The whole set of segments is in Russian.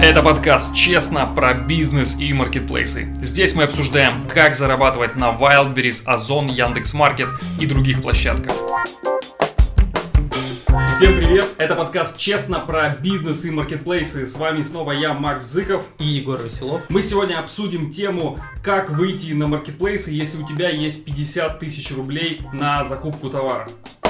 Это подкаст «Честно» про бизнес и маркетплейсы. Здесь мы обсуждаем, как зарабатывать на Wildberries, Озон, Яндекс.Маркет и других площадках. Всем привет! Это подкаст «Честно» про бизнес и маркетплейсы. С вами снова я, Макс Зыков и Егор Веселов. Мы сегодня обсудим тему, как выйти на маркетплейсы, если у тебя есть 50 тысяч рублей на закупку товара.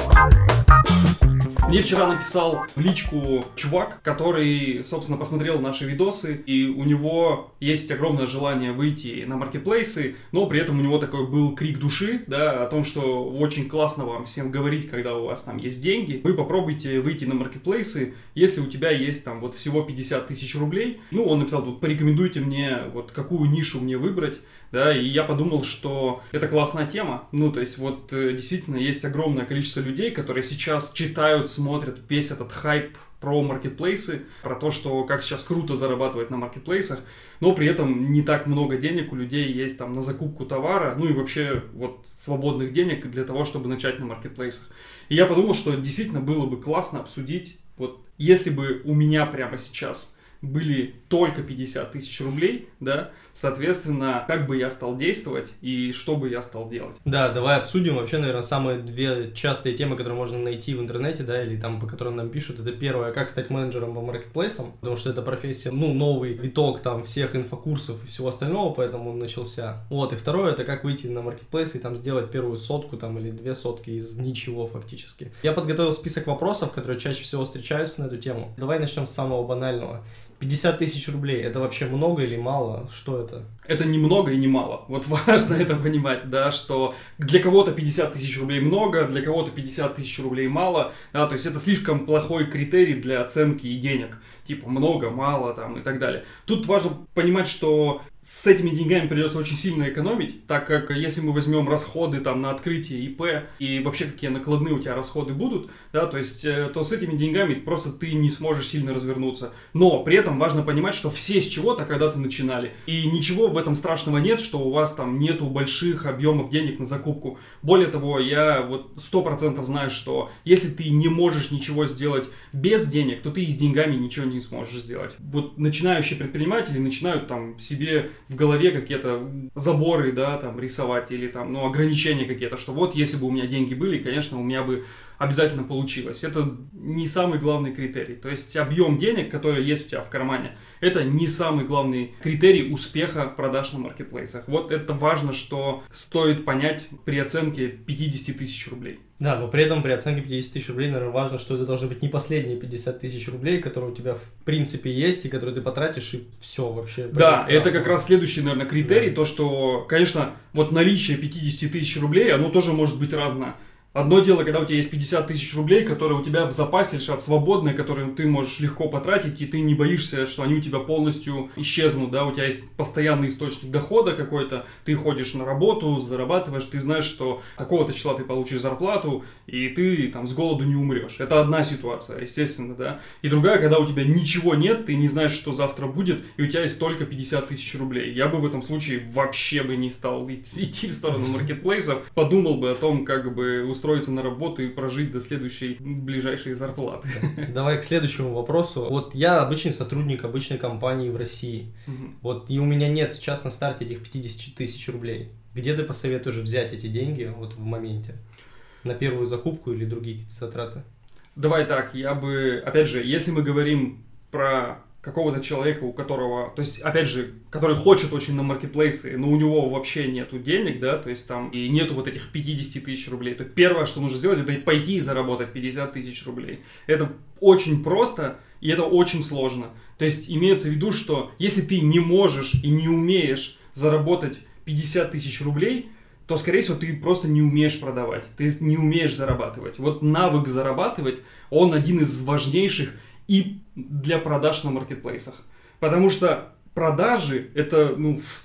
Мне вчера написал в личку чувак, который, собственно, посмотрел наши видосы, и у него есть огромное желание выйти на маркетплейсы, но при этом у него такой был крик души, да, о том, что очень классно вам всем говорить, когда у вас там есть деньги. Вы попробуйте выйти на маркетплейсы, если у тебя есть там вот всего 50 тысяч рублей. Ну, он написал, вот порекомендуйте мне, вот какую нишу мне выбрать. Да, и я подумал, что это классная тема. Ну, то есть, вот действительно есть огромное количество людей, которые сейчас читают, смотрят весь этот хайп про маркетплейсы, про то, что как сейчас круто зарабатывать на маркетплейсах, но при этом не так много денег у людей есть там на закупку товара, ну и вообще вот свободных денег для того, чтобы начать на маркетплейсах. И я подумал, что действительно было бы классно обсудить, вот если бы у меня прямо сейчас были только 50 тысяч рублей, да, соответственно, как бы я стал действовать и что бы я стал делать. Да, давай обсудим вообще, наверное, самые две частые темы, которые можно найти в интернете, да, или там, по которым нам пишут. Это первое, как стать менеджером по маркетплейсам, потому что это профессия, ну, новый виток там всех инфокурсов и всего остального, поэтому он начался. Вот, и второе, это как выйти на маркетплейс и там сделать первую сотку там или 2 сотки из ничего фактически. Я подготовил список вопросов, которые чаще всего встречаются на эту тему. Давай начнем с самого банального. 50 тысяч рублей, это вообще много или мало? Что это? Это не много и не мало. Вот важно это понимать, да, что для кого-то 50 тысяч рублей много, для кого-то 50 тысяч рублей мало, да, то есть это слишком плохой критерий для оценки и денег, типа много, мало там и так далее. Тут важно понимать, что с этими деньгами придется очень сильно экономить, так как если мы возьмем расходы там на открытие ИП и вообще какие накладные у тебя расходы будут, да, то есть то с этими деньгами просто ты не сможешь сильно развернуться. Но при этом важно понимать, что все с чего-то когда-то начинали. И ничего в этом страшного нет, что у вас там нету больших объемов денег на закупку. Более того, я вот 100% знаю, что если ты не можешь ничего сделать без денег, то ты и с деньгами ничего не сможешь сделать. Вот начинающие предприниматели начинают там себе в голове какие-то заборы, да, там рисовать или там, ну, ограничения какие-то, что вот если бы у меня деньги были, конечно, у меня бы обязательно получилось. Это не самый главный критерий. То есть объем денег, который есть у тебя в кармане, это не самый главный критерий успеха продаж на маркетплейсах. Вот это важно, что стоит понять при оценке 50 тысяч рублей. Да, но при этом при оценке 50 тысяч рублей, наверное, важно, что это должны быть не последние 50 тысяч рублей, которые у тебя в принципе есть и которые ты потратишь, и все вообще. Да, это как раз следующий, наверное, критерий, да. То, что, конечно, вот наличие 50 тысяч рублей, оно тоже может быть разное. Одно дело, когда у тебя есть 50 тысяч рублей, которые у тебя в запасе лежат свободные, которые ты можешь легко потратить, и ты не боишься, что они у тебя полностью исчезнут, да, у тебя есть постоянный источник дохода какой-то, ты ходишь на работу, зарабатываешь, ты знаешь, что такого-то числа ты получишь зарплату, и ты там с голоду не умрешь. Это одна ситуация, естественно, да. И другая, когда у тебя ничего нет, ты не знаешь, что завтра будет, и у тебя есть только 50 тысяч рублей. Я бы в этом случае вообще бы не стал идти в сторону маркетплейсов, подумал бы о том, как бы устроиться на работу и прожить до следующей ближайшей зарплаты. Давай к следующему вопросу. Вот я обычный сотрудник обычной компании в России. Вот и у меня нет сейчас на старте этих 50 тысяч рублей. Где ты посоветуешь взять эти деньги вот в моменте? На первую закупку или другие какие-то затраты? Давай так, я бы, опять же, если мы говорим про какого-то человека, у которого, то есть, опять же, который хочет очень на маркетплейсы, но у него вообще нету денег, да, то есть там и нету вот этих 50 тысяч рублей, то первое, что нужно сделать, это пойти и заработать 50 тысяч рублей. Это очень просто и это очень сложно. То есть имеется в виду, что если ты не можешь и не умеешь заработать 50 тысяч рублей, то, скорее всего, ты просто не умеешь продавать, ты не умеешь зарабатывать. Вот навык зарабатывать, он один из важнейших и для продаж на маркетплейсах. Потому что продажи это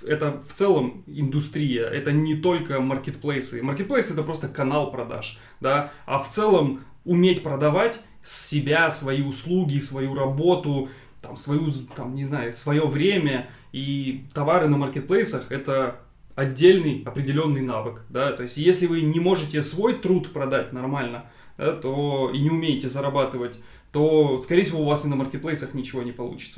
в целом индустрия, это не только маркетплейсы. Маркетплейс это просто канал продаж, да, а в целом уметь продавать себя, свои услуги, свою работу, там, свое время и товары на маркетплейсах это отдельный определенный навык, да, то есть если вы не можете свой труд продать нормально, да, то и не умеете зарабатывать, то, скорее всего, у вас и на маркетплейсах ничего не получится.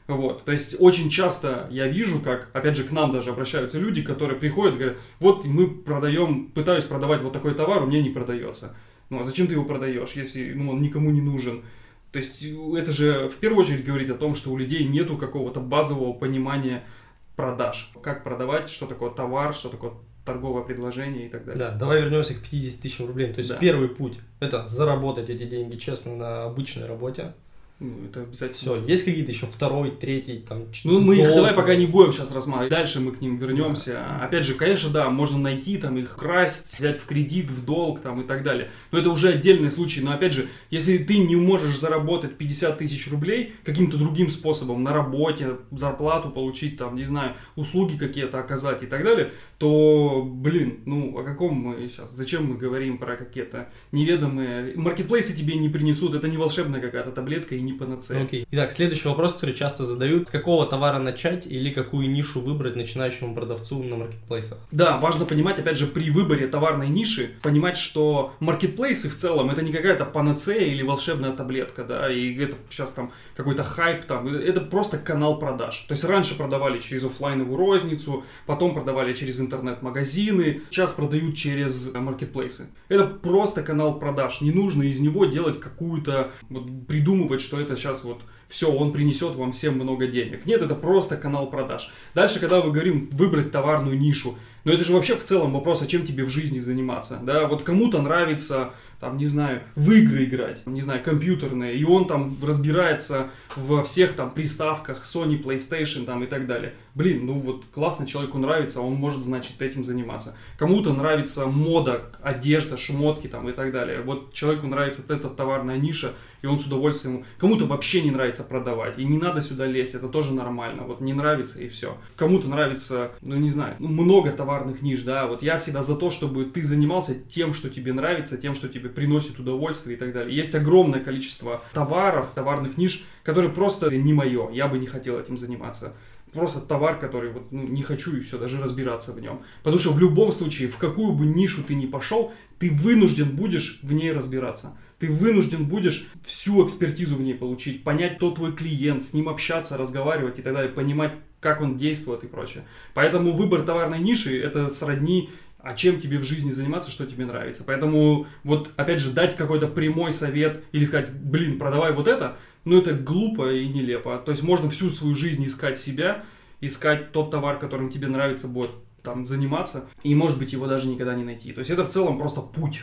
Вот, то есть очень часто я вижу, как, опять же, к нам даже обращаются люди, которые приходят и говорят, вот мы пытаюсь продавать вот такой товар, у меня не продается. Ну а зачем ты его продаешь, если он никому не нужен? То есть это же в первую очередь говорит о том, что у людей нету какого-то базового понимания продаж. Как продавать, что такое товар, что такое торговое предложение и так далее. Да, давай вернемся к 50 тысячам рублей. То есть первый путь – это заработать эти деньги честно на обычной работе. Ну, это обязательно. Все, есть какие-то еще второй, третий, там, Ну, мы их давай пока не будем сейчас рассматривать. Дальше мы к ним вернемся. Да. Опять же, конечно, да, можно найти, там, их красть, взять в кредит, в долг, там, и так далее. Но это уже отдельный случай. Но, опять же, если ты не можешь заработать 50 тысяч рублей каким-то другим способом, на работе, зарплату получить, там, не знаю, услуги какие-то оказать и так далее, то, блин, ну, о каком мы сейчас, зачем мы говорим про какие-то неведомые... Маркетплейсы тебе не принесут, это не волшебная какая-то таблетка и не панацея. Окей. Итак, следующий вопрос, который часто задают. С какого товара начать или какую нишу выбрать начинающему продавцу на маркетплейсах? Да, важно понимать, опять же, при выборе товарной ниши, понимать, что маркетплейсы в целом это не какая-то панацея или волшебная таблетка, да, и это сейчас там какой-то хайп там, это просто канал продаж. То есть раньше продавали через офлайновую розницу, потом продавали через интернет-магазины, сейчас продают через маркетплейсы. Это просто канал продаж, не нужно из него делать какую-то, вот, придумывать, что это сейчас вот все, он принесет вам всем много денег. Нет, это просто канал продаж. Дальше, когда мы говорим выбрать товарную нишу, но это же вообще в целом вопрос, а чем тебе в жизни заниматься, да, вот кому-то нравится, там, не знаю, в игры играть, не знаю, компьютерные, и он там разбирается во всех там приставках Sony, PlayStation там и так далее. Блин, ну вот классно, человеку нравится, он может, значит, этим заниматься. Кому-то нравится мода, одежда, шмотки там и так далее. Вот человеку нравится эта товарная ниша, и он с удовольствием... Кому-то вообще не нравится продавать, и не надо сюда лезть, это тоже нормально. Вот не нравится, и все. Кому-то нравится, ну не знаю, много товарных ниш, да. Вот я всегда за то, чтобы ты занимался тем, что тебе нравится, тем, что тебе приносит удовольствие и так далее. Есть огромное количество товаров, товарных ниш, которые просто не мое, я бы не хотел этим заниматься. Просто товар, который вот, ну, не хочу и все, даже разбираться в нем. Потому что в любом случае, в какую бы нишу ты ни пошел, ты вынужден будешь в ней разбираться. Ты вынужден будешь всю экспертизу в ней получить, понять, кто твой клиент, с ним общаться, разговаривать и так далее, понимать, как он действует и прочее. Поэтому выбор товарной ниши – это сродни, а чем тебе в жизни заниматься, что тебе нравится. Поэтому вот опять же дать какой-то прямой совет или сказать, блин, продавай вот это, ну это глупо и нелепо. То есть можно всю свою жизнь искать себя, искать тот товар, которым тебе нравится будет там заниматься, и может быть его даже никогда не найти. То есть это в целом просто путь,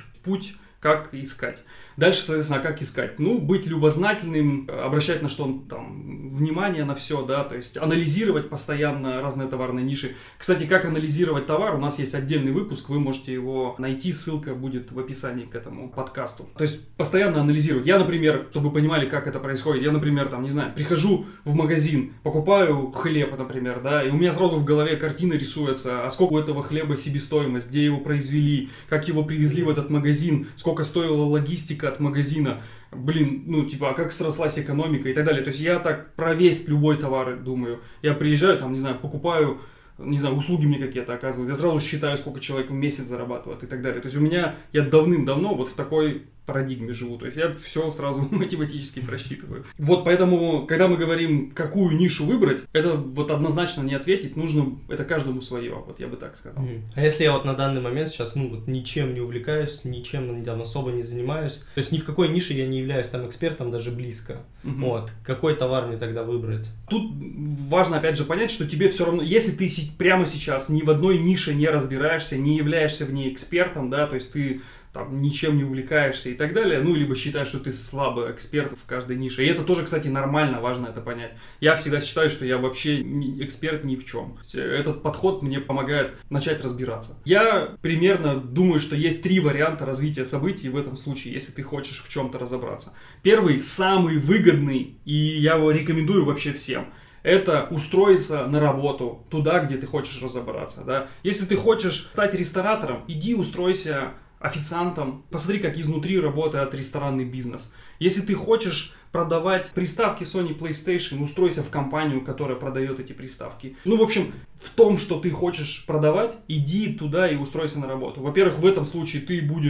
как искать. Дальше, соответственно, как искать? Ну, быть любознательным, обращать на что там внимание на все, да, то есть анализировать постоянно разные товарные ниши. Кстати, как анализировать товар, у нас есть отдельный выпуск, вы можете его найти, ссылка будет в описании к этому подкасту. То есть постоянно анализировать. Я, например, чтобы вы понимали, как это происходит, я, например, там, не знаю, прихожу в магазин, покупаю хлеб, например, да, и у меня сразу в голове картина рисуется, а сколько у этого хлеба себестоимость, где его произвели, как его привезли в этот магазин, сколько стоила логистика от магазина, блин, ну типа, а как срослась экономика и так далее. То есть я так про весь любой товар думаю. Я приезжаю, там, не знаю, покупаю, не знаю, услуги мне какие-то оказывают. Я сразу считаю, сколько человек в месяц зарабатывает и так далее. То есть у меня, я давным-давно вот в такой парадигме живу. То есть я все сразу математически просчитываю. Вот поэтому, когда мы говорим, какую нишу выбрать, это вот однозначно не ответить, нужно, это каждому свое, вот я бы так сказал. А если я вот на данный момент сейчас, ну вот ничем не увлекаюсь, ничем недавно особо не занимаюсь, то есть ни в какой нише я не являюсь там экспертом даже близко, вот, какой товар мне тогда выбрать? Тут важно опять же понять, что тебе все равно, если ты прямо сейчас ни в одной нише не разбираешься, не являешься в ней экспертом, да, то есть ты там ничем не увлекаешься и так далее, ну, либо считаешь, что ты слабый эксперт в каждой нише. И это тоже, кстати, нормально, важно это понять. Я всегда считаю, что я вообще эксперт ни в чем. Этот подход мне помогает начать разбираться. Я примерно думаю, что есть 3 варианта развития событий в этом случае, если ты хочешь в чем-то разобраться. Первый, самый выгодный, и я его рекомендую вообще всем. Это устроиться на работу туда, где ты хочешь разобраться. Да? Если ты хочешь стать ресторатором, иди устройся официантом, посмотри, как изнутри работает ресторанный бизнес. Если ты хочешь продавать приставки Sony, PlayStation, устройся в компанию, которая продает эти приставки. Ну, в общем, в том, что ты хочешь продавать, иди туда и устройся на работу. Во-первых, в этом случае ты будешь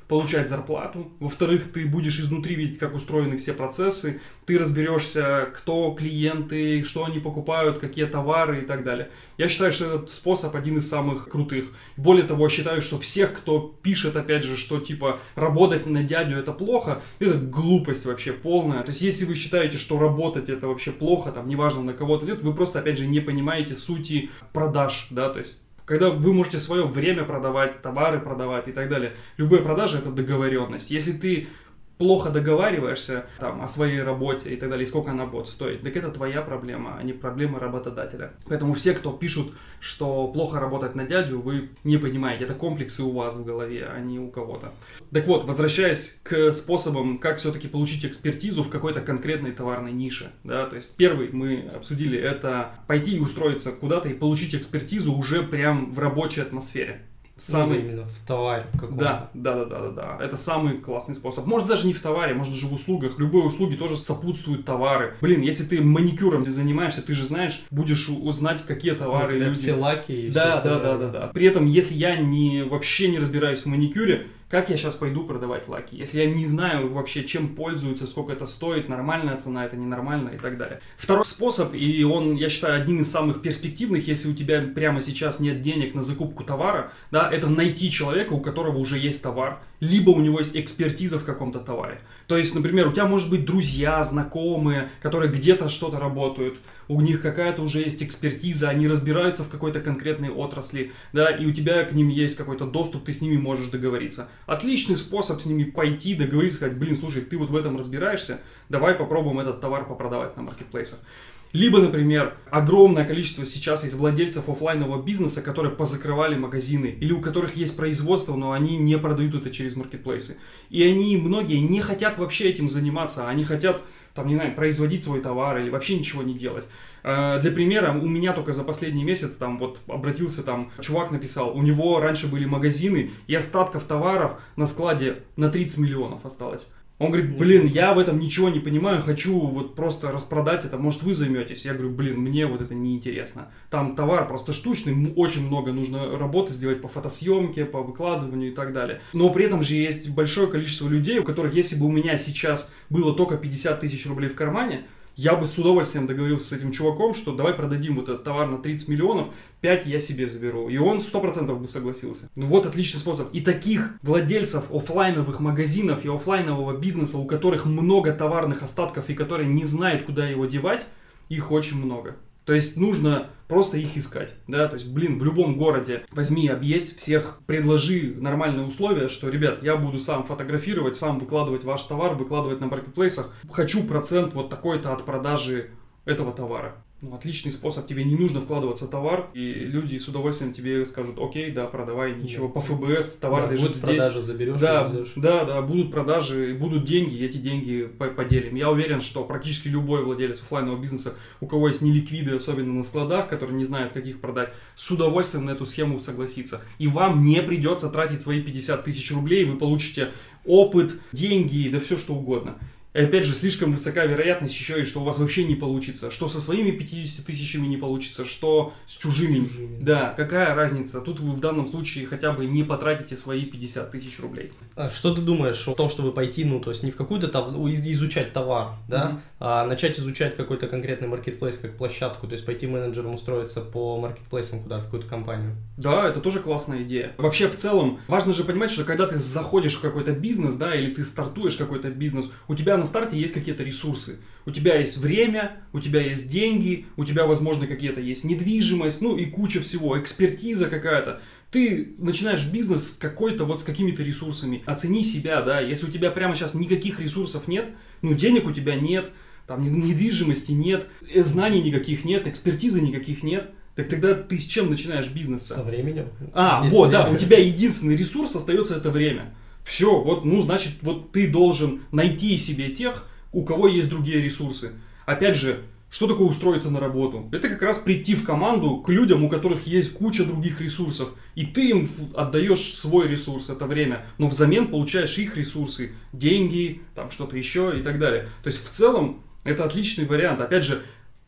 получать зарплату. Во-вторых, ты будешь изнутри видеть, как устроены все процессы. Ты разберешься, кто клиенты, что они покупают, какие товары и так далее. Я считаю, что этот способ один из самых крутых. Более того, считаю, что всех, кто пишет, опять же, что типа работать на дядю это плохо, это глупость вообще полная. То есть, если вы считаете, что работать это вообще плохо, там, неважно на кого-то идет, вы просто, опять же, не понимаете сути продаж, да, то есть, когда вы можете свое время продавать, товары продавать и так далее. Любые продажи это договоренность. Если ты плохо договариваешься там, о своей работе и так далее, и сколько она будет стоить, так это твоя проблема, а не проблема работодателя. Поэтому все, кто пишут, что плохо работать на дядю, вы не понимаете, это комплексы у вас в голове, а не у кого-то. Так вот, возвращаясь к способам, как все-таки получить экспертизу в какой-то конкретной товарной нише. Да? То есть первый мы обсудили, это пойти и устроиться куда-то и получить экспертизу уже прям в рабочей атмосфере. Самый именно в товаре каком-то. Да. Это самый классный способ. Может даже не в товаре, может даже в услугах. Любые услуги тоже сопутствуют товары. Блин, если ты маникюром занимаешься, ты же знаешь, будешь узнать, какие товары люди. Все лаки и да, все да. При этом, если я вообще не разбираюсь в маникюре, как я сейчас пойду продавать лаки, если я не знаю вообще, чем пользуются, сколько это стоит, нормальная цена, это ненормальная и так далее. Второй способ, и он, я считаю, одним из самых перспективных, если у тебя прямо сейчас нет денег на закупку товара, да, это найти человека, у которого уже есть товар, либо у него есть экспертиза в каком-то товаре. То есть, например, у тебя может быть друзья, знакомые, которые где-то что-то работают, у них какая-то уже есть экспертиза, они разбираются в какой-то конкретной отрасли, да, и у тебя к ним есть какой-то доступ, ты с ними можешь договориться. Отличный способ с ними пойти, договориться, сказать, блин, слушай, ты вот в этом разбираешься, давай попробуем этот товар попродавать на маркетплейсах. Либо, например, огромное количество сейчас есть владельцев офлайнового бизнеса, которые позакрывали магазины, или у которых есть производство, но они не продают это через маркетплейсы. И они, многие, не хотят вообще этим заниматься, они хотят, там, не знаю, производить свой товар или вообще ничего не делать. Для примера, у меня только за последний месяц, там, вот, обратился, там, чувак написал, у него раньше были магазины, и остатков товаров на складе на 30 миллионов осталось. Он говорит, блин, я в этом ничего не понимаю, хочу вот просто распродать это, может вы займетесь? Я говорю, блин, мне вот это неинтересно. Там товар просто штучный, очень много нужно работы сделать по фотосъемке, по выкладыванию и так далее. Но при этом же есть большое количество людей, у которых, если бы у меня сейчас было только 50 тысяч рублей в кармане, я бы с удовольствием договорился с этим чуваком, что давай продадим вот этот товар на 30 миллионов, 5 я себе заберу. И он 100% бы согласился. Ну вот отличный способ. И таких владельцев офлайновых магазинов и офлайнового бизнеса, у которых много товарных остатков и которые не знают, куда его девать, их очень много. То есть нужно просто их искать, да, то есть, блин, в любом городе возьми, объедь всех, предложи нормальные условия, что, ребят, я буду сам фотографировать, сам выкладывать ваш товар, выкладывать на маркетплейсах, хочу процент вот такой-то от продажи этого товара. Ну, отличный способ, тебе не нужно вкладываться в товар, и люди с удовольствием тебе скажут, окей, да, продавай, ничего, по ФБС, товар лежит здесь. Будут продажи, заберешь, да, будут продажи, будут деньги, эти деньги поделим. Я уверен, что практически любой владелец офлайнового бизнеса, у кого есть неликвиды, особенно на складах, которые не знают, как их продать, с удовольствием на эту схему согласится. И вам не придется тратить свои 50 тысяч рублей, вы получите опыт, деньги, да все что угодно. И опять же, слишком высока вероятность еще и что у вас вообще не получится. Что со своими 50 тысячами не получится, что с чужими. Да, какая разница? Тут вы в данном случае хотя бы не потратите свои 50 тысяч рублей. А что ты думаешь о том, чтобы пойти, ну, то есть не в какую-то изучать товар, да, а начать изучать какой-то конкретный маркетплейс как площадку, то есть пойти менеджером устроиться по маркетплейсам куда-то, в какую-то компанию? Да, это тоже классная идея. Вообще, в целом, важно же понимать, что когда ты заходишь в какой-то бизнес, да, или ты стартуешь какой-то бизнес, у тебя на старте есть какие-то ресурсы. У тебя есть время, у тебя есть деньги, у тебя, возможно, какие-то есть недвижимость, ну и куча всего, экспертиза какая-то. Ты начинаешь бизнес какой-то вот с какими-то ресурсами. Оцени себя, да, если у тебя прямо сейчас никаких ресурсов нет, ну денег у тебя нет, там недвижимости нет, знаний никаких нет, экспертизы никаких нет. Так тогда ты с чем начинаешь бизнес-то? Со временем. Вот, да, у тебя единственный ресурс остается это время. Все, вот, ну, значит, вот ты должен найти себе тех, у кого есть другие ресурсы. Опять же, что такое устроиться на работу? Это как раз прийти в команду к людям, у которых есть куча других ресурсов. И ты им отдаешь свой ресурс, это время, но взамен получаешь их ресурсы, деньги, там что-то еще и так далее. То есть, в целом, это отличный вариант. Опять же,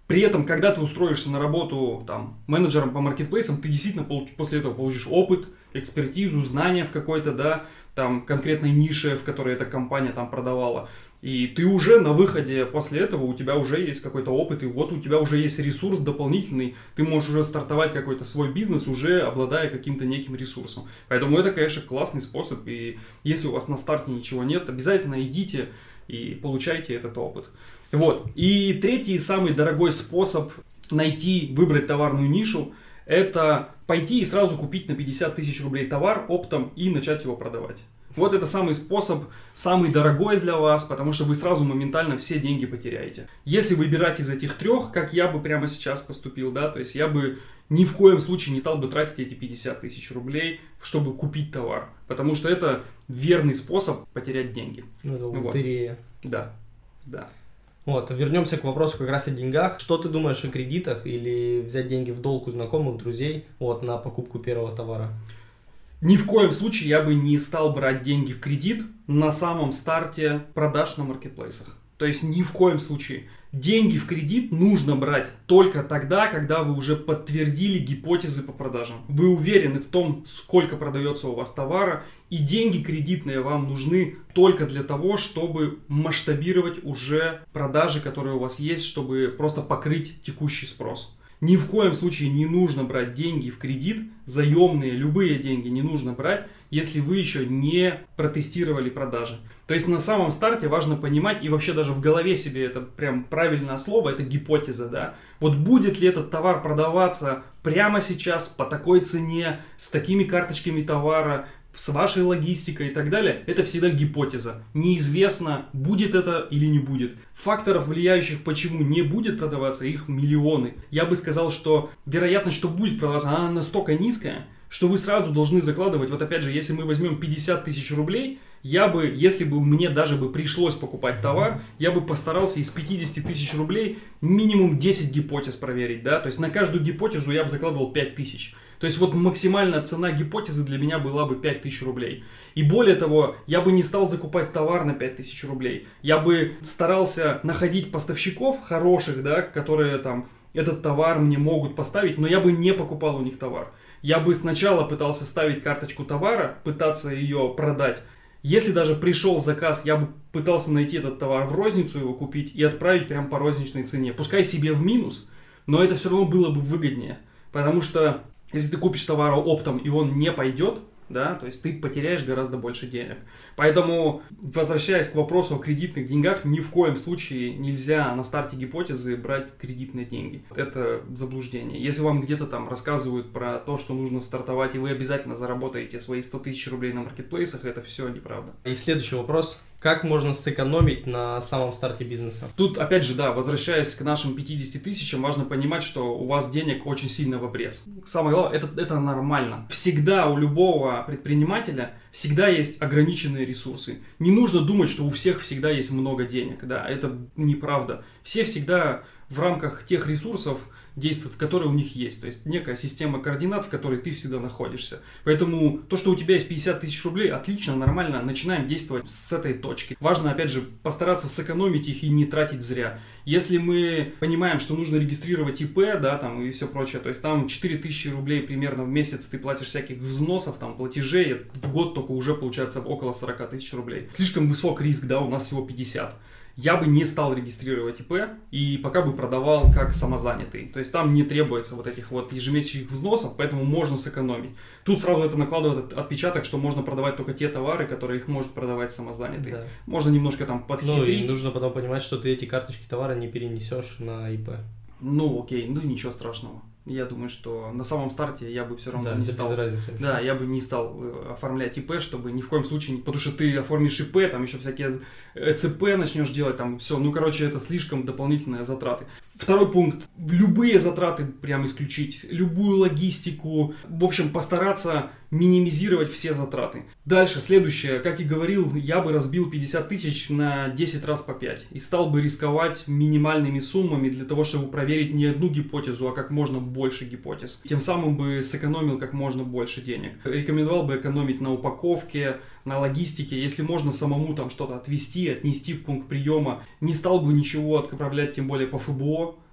При этом, когда ты устроишься на работу там, менеджером по маркетплейсам, ты действительно после этого получишь опыт, экспертизу, знания в какой-то, да, там, конкретной нише, в которой эта компания там продавала. И ты уже на выходе после этого, у тебя уже есть какой-то опыт, и вот у тебя уже есть ресурс дополнительный, ты можешь уже стартовать какой-то свой бизнес, уже обладая каким-то неким ресурсом. Поэтому это, конечно, классный способ, и если у вас на старте ничего нет, обязательно идите и получайте этот опыт. Вот. И третий, самый дорогой способ выбрать товарную нишу, это пойти и сразу купить на 50 тысяч рублей товар оптом и начать его продавать. Вот это самый способ, самый дорогой для вас, потому что вы сразу моментально все деньги потеряете. Если выбирать из этих трех, как я бы прямо сейчас поступил, да, то есть я бы ни в коем случае не стал бы тратить эти 50 тысяч рублей, чтобы купить товар, потому что это верный способ потерять деньги. Ну, это лотерея. Вот. Да, да. Вот, вернемся к вопросу как раз о деньгах. Что ты думаешь о кредитах или взять деньги в долг у знакомых, друзей, вот, на покупку первого товара? Ни в коем случае я бы не стал брать деньги в кредит на самом старте продаж на маркетплейсах. То есть ни в коем случае. Деньги в кредит нужно брать только тогда, когда вы уже подтвердили гипотезы по продажам. Вы уверены в том, сколько продается у вас товара, и деньги кредитные вам нужны только для того, чтобы масштабировать уже продажи, которые у вас есть, чтобы просто покрыть текущий спрос. Ни в коем случае не нужно брать деньги в кредит, заемные, любые деньги не нужно брать, если вы еще не протестировали продажи. То есть на самом старте важно понимать, и вообще даже в голове себе это прям правильное слово, это гипотеза, да. Вот будет ли этот товар продаваться прямо сейчас по такой цене, с такими карточками товара, с вашей логистикой и так далее, это всегда гипотеза. Неизвестно, будет это или не будет. Факторов, влияющих, почему не будет продаваться, их миллионы. Я бы сказал, что вероятность, что будет продаваться, она настолько низкая, что вы сразу должны закладывать, вот опять же, если мы возьмем 50 тысяч рублей, я бы, если бы мне даже бы пришлось покупать товар, я бы постарался из 50 тысяч рублей минимум 10 гипотез проверить, да, то есть на каждую гипотезу я бы закладывал 5 тысяч. То есть вот максимальная цена гипотезы для меня была бы 5000 рублей. И более того, я бы не стал закупать товар на 5000 рублей. Я бы старался находить поставщиков хороших, да, которые там этот товар мне могут поставить, но я бы не покупал у них товар. Я бы сначала пытался ставить карточку товара, пытаться ее продать. Если даже пришел заказ, я бы пытался найти этот товар в розницу, его купить и отправить прям по розничной цене. Пускай себе в минус, но это все равно было бы выгоднее. Потому что если ты купишь товар оптом и он не пойдет, да, то есть ты потеряешь гораздо больше денег. Поэтому, возвращаясь к вопросу о кредитных деньгах, ни в коем случае нельзя на старте гипотезы брать кредитные деньги. Это заблуждение. Если вам где-то там рассказывают про то, что нужно стартовать, и вы обязательно заработаете свои 100 тысяч рублей на маркетплейсах, это все неправда. И следующий вопрос. Как можно сэкономить на самом старте бизнеса? Тут, опять же, да, возвращаясь к нашим 50 тысячам, важно понимать, что у вас денег очень сильно в обрез. Самое главное, это нормально. Всегда у любого предпринимателя всегда есть ограниченные ресурсы. Не нужно думать, что у всех всегда есть много денег. Да, это неправда. Все всегда в рамках тех ресурсов действуют, которые у них есть. То есть некая система координат, в которой ты всегда находишься. Поэтому то, что у тебя есть 50 тысяч рублей, отлично, нормально, начинаем действовать с этой точки. Важно, опять же, постараться сэкономить их и не тратить зря. Если мы понимаем, что нужно регистрировать ИП, да, там и все прочее, то есть там 4000 рублей примерно в месяц ты платишь всяких взносов, там, платежей, в год только уже получается около 40 тысяч рублей. Слишком высок риск, да, у нас всего 50. Я бы не стал регистрировать ИП и пока бы продавал как самозанятый. То есть там не требуется вот этих вот ежемесячных взносов, поэтому можно сэкономить. Тут сразу это накладывает отпечаток, что можно продавать только те товары, которые их может продавать самозанятый. Да. Можно немножко там подхитрить. Ну и нужно потом понимать, что ты эти карточки товара не перенесешь на ИП. Ну окей, ну ничего страшного. Я думаю, что на самом старте я бы все равно не стал. Да, я бы не стал оформлять ИП, чтобы ни в коем случае, потому что ты оформишь ИП, там еще всякие ЭЦП начнешь делать, там все. Ну, короче, это слишком дополнительные затраты. Второй пункт. Любые затраты прям исключить, любую логистику. В общем, постараться минимизировать все затраты. Дальше, следующее. Как и говорил, я бы разбил 50 тысяч на 10 раз по 5. И стал бы рисковать минимальными суммами для того, чтобы проверить не одну гипотезу, а как можно больше гипотез. Тем самым бы сэкономил как можно больше денег. Рекомендовал бы экономить на упаковке, на логистике. Если можно самому там что-то отвезти, отнести в пункт приема. Не стал бы ничего отправлять, тем более по ФБО.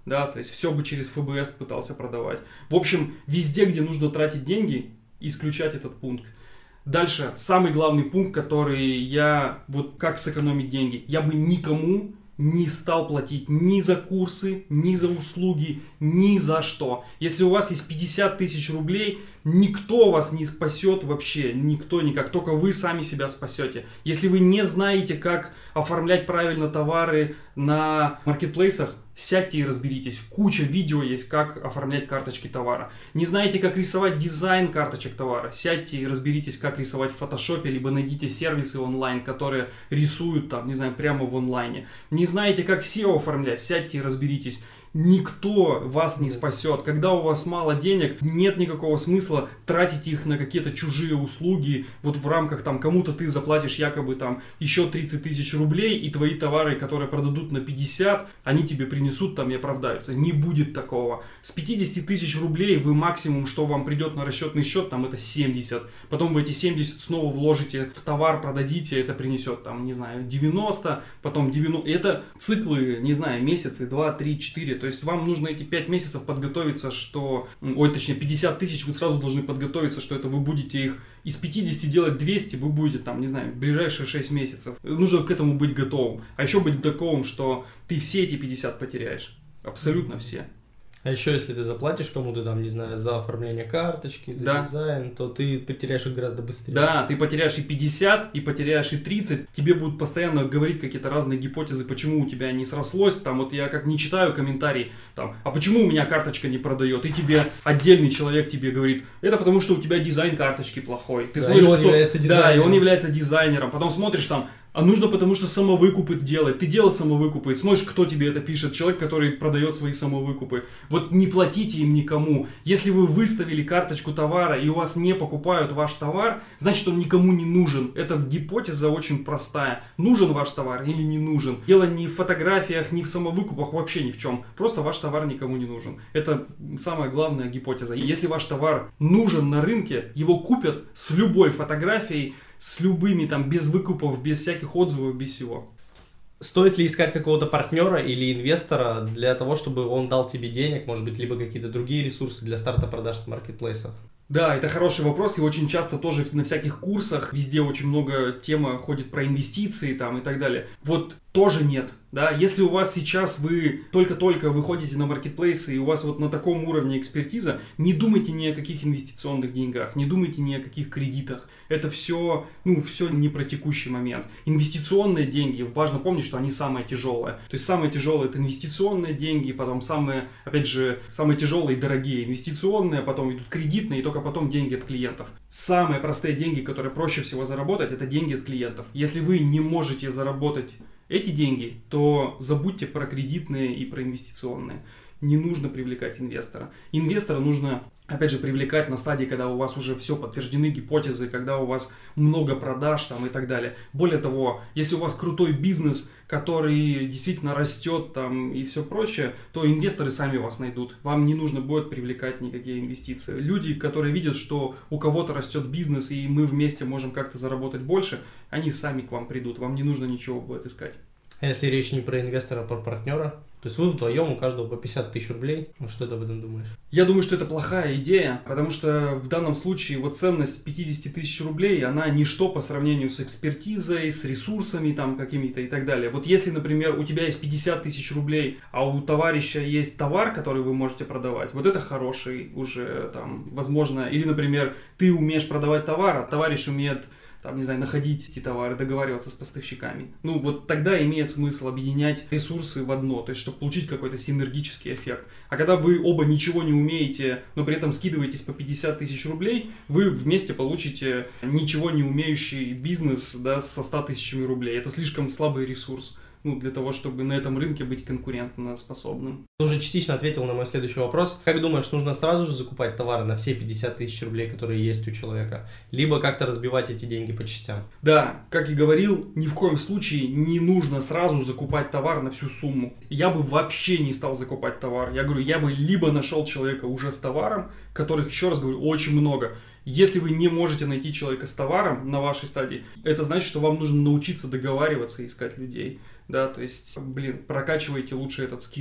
да, то есть все бы через ФБС пытался продавать. В общем, везде, где нужно тратить деньги, исключать этот пункт. Дальше, самый главный пункт, который вот как сэкономить деньги. Я бы никому не стал платить ни за курсы, ни за услуги, ни за что. Если у вас есть 50 тысяч рублей, никто вас не спасет вообще, никто никак, только вы сами себя спасете. Если вы не знаете, как оформлять правильно товары на маркетплейсах, сядьте и разберитесь. Куча видео есть, как оформлять карточки товара. Не знаете, как рисовать дизайн карточек товара? Сядьте и разберитесь, как рисовать в фотошопе, либо найдите сервисы онлайн, которые рисуют там, не знаю, прямо в онлайне. Не знаете, как SEO оформлять? Сядьте и разберитесь. Никто вас не спасет. Когда у вас мало денег, нет никакого смысла тратить их на какие-то чужие услуги. Вот в рамках там кому-то ты заплатишь якобы там еще 30 тысяч рублей, и твои товары, которые продадут на 50, они тебе принесут там и оправдаются. Не будет такого. С 50 тысяч рублей вы максимум, что вам придет на расчетный счет, там это 70. Потом вы эти 70 снова вложите в товар, продадите, это принесет там, не знаю, 90, потом 90. Это циклы, не знаю, месяцы, 2, 3, 4. То есть вам нужно эти 5 месяцев подготовиться, точнее 50 тысяч вы сразу должны подготовиться, что это вы будете их из 50 делать 200, вы будете там, не знаю, в ближайшие 6 месяцев. Нужно к этому быть готовым. А еще быть готовым, что ты все эти 50 потеряешь. Абсолютно все. А еще если ты заплатишь кому-то там, не знаю, за оформление карточки, за дизайн, то ты потеряешь их гораздо быстрее. Да, ты потеряешь и 50, и потеряешь и 30. Тебе будут постоянно говорить какие-то разные гипотезы, почему у тебя не срослось. Там вот я как не читаю комментарий, там, а почему у меня карточка не продает? И тебе отдельный человек тебе говорит, это потому что у тебя дизайн карточки плохой. Ты смотришь, и он является дизайнером. Да, и он является дизайнером. Потом смотришь там, а нужно потому что самовыкупы делать. Ты делал самовыкупы, и смотришь, кто тебе это пишет. Человек, который продает свои самовыкупы. Вот не платите им никому. Если вы выставили карточку товара, и у вас не покупают ваш товар, значит он никому не нужен. Эта гипотеза очень простая. Нужен ваш товар или не нужен? Дело не в фотографиях, не в самовыкупах, вообще ни в чем. Просто ваш товар никому не нужен. Это самая главная гипотеза. Если ваш товар нужен на рынке, его купят с любой фотографией, с любыми там, без выкупов, без всяких отзывов, без всего. Стоит ли искать какого-то партнера или инвестора для того, чтобы он дал тебе денег, может быть, либо какие-то другие ресурсы для старта продаж на маркетплейсах? Да, это хороший вопрос, и очень часто тоже на всяких курсах, везде очень много тема ходит про инвестиции там и так далее. Вот тоже нет, да, если у вас сейчас вы только-только выходите на маркетплейсы и у вас вот на таком уровне экспертиза, не думайте ни о каких инвестиционных деньгах, не думайте ни о каких кредитах, это все, все не про текущий момент. Инвестиционные деньги, важно помнить, что они самые тяжелые, то есть самые тяжелые это инвестиционные деньги, потом самые тяжелые и дорогие инвестиционные, потом идут кредитные и только потом деньги от клиентов. Самые простые деньги, которые проще всего заработать, это деньги от клиентов. Если вы не можете заработать эти деньги, то забудьте про кредитные и про инвестиционные. Не нужно привлекать инвестора. Инвестора нужно, опять же, привлекать на стадии, когда у вас уже все подтверждены гипотезы, когда у вас много продаж там, и так далее. Более того, если у вас крутой бизнес, который действительно растет там, и все прочее, то инвесторы сами вас найдут. Вам не нужно будет привлекать никакие инвестиции. Люди, которые видят, что у кого-то растет бизнес, и мы вместе можем как-то заработать больше, они сами к вам придут. Вам не нужно ничего будет искать. А если речь не про инвестора, а про партнера? То есть вы вдвоем, у каждого по 50 тысяч рублей. Ну, что ты об этом думаешь? Я думаю, что это плохая идея, потому что в данном случае вот ценность 50 тысяч рублей, она ничто по сравнению с экспертизой, с ресурсами там какими-то и так далее. Вот если, например, у тебя есть 50 тысяч рублей, а у товарища есть товар, который вы можете продавать, вот это хороший уже там, возможно. Или, например, ты умеешь продавать товар, а товарищ умеет там, не знаю, находить эти товары, договариваться с поставщиками. Ну, вот тогда имеет смысл объединять ресурсы в одно, то есть, чтобы получить какой-то синергический эффект. А когда вы оба ничего не умеете, но при этом скидываетесь по 50 тысяч рублей, вы вместе получите ничего не умеющий бизнес, да, со 100 тысячами рублей. Это слишком слабый ресурс. Для того, чтобы на этом рынке быть конкурентоспособным. Ты уже частично ответил на мой следующий вопрос. Как думаешь, нужно сразу же закупать товары на все 50 тысяч рублей, которые есть у человека? Либо как-то разбивать эти деньги по частям? Да, как и говорил, ни в коем случае не нужно сразу закупать товар на всю сумму. Я бы вообще не стал закупать товар. Я говорю, я бы либо нашел человека уже с товаром, которых, еще раз говорю, очень много. Если вы не можете найти человека с товаром на вашей стадии, это значит, что вам нужно научиться договариваться и искать людей. Да, то есть, прокачивайте лучше этот скилл.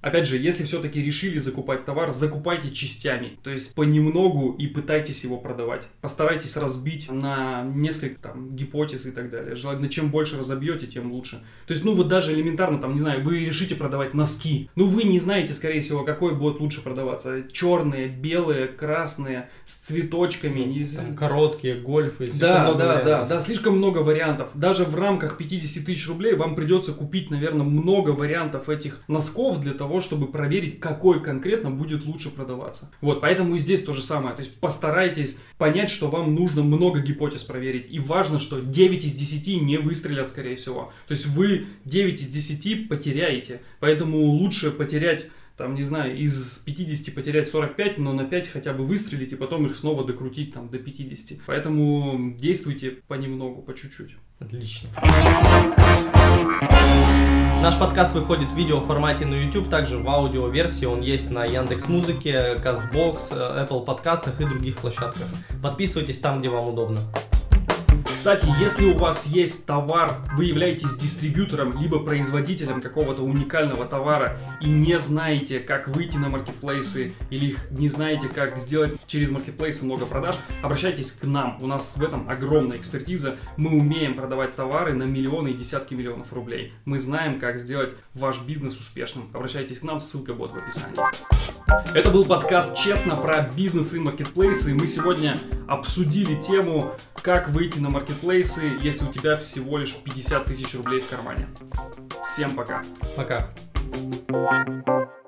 Опять же, если все-таки решили закупать товар, закупайте частями. То есть понемногу и пытайтесь его продавать. Постарайтесь разбить на несколько там гипотез и так далее. Желательно, чем больше разобьете, тем лучше. То есть, ну вот даже элементарно, там, не знаю, вы решите продавать носки. Ну вы не знаете, скорее всего, какой будет лучше продаваться. Черные, белые, красные, с цветочками. Там короткие, гольфы. Да, слишком много вариантов. Даже в рамках 50 тысяч рублей вам придется купить, наверное, много вариантов этих носков для того, чтобы проверить, какой конкретно будет лучше продаваться. Вот, поэтому и здесь то же самое. То есть постарайтесь понять, что вам нужно много гипотез проверить. И важно, что 9 из 10 не выстрелят, скорее всего. То есть вы 9 из 10 потеряете. Поэтому лучше потерять, там, не знаю, из 50 потерять 45, но на 5 хотя бы выстрелить и потом их снова докрутить там до 50. Поэтому действуйте понемногу, по чуть-чуть. Отлично. Наш подкаст выходит в видеоформате на YouTube, также в аудиоверсии. Он есть на Яндекс.Музыке, Castbox, Apple подкастах и других площадках. Подписывайтесь там, где вам удобно. Кстати, если у вас есть товар, вы являетесь дистрибьютором либо производителем какого-то уникального товара и не знаете, как выйти на маркетплейсы или не знаете, как сделать через маркетплейсы много продаж, обращайтесь к нам. У нас в этом огромная экспертиза. Мы умеем продавать товары на миллионы и десятки миллионов рублей. Мы знаем, как сделать ваш бизнес успешным. Обращайтесь к нам, ссылка будет в описании. Это был подкаст «Честно» про бизнес и маркетплейсы. Мы сегодня обсудили тему, как выйти на маркетплейсы, если у тебя всего лишь 50 тысяч рублей в кармане. Всем пока. Пока.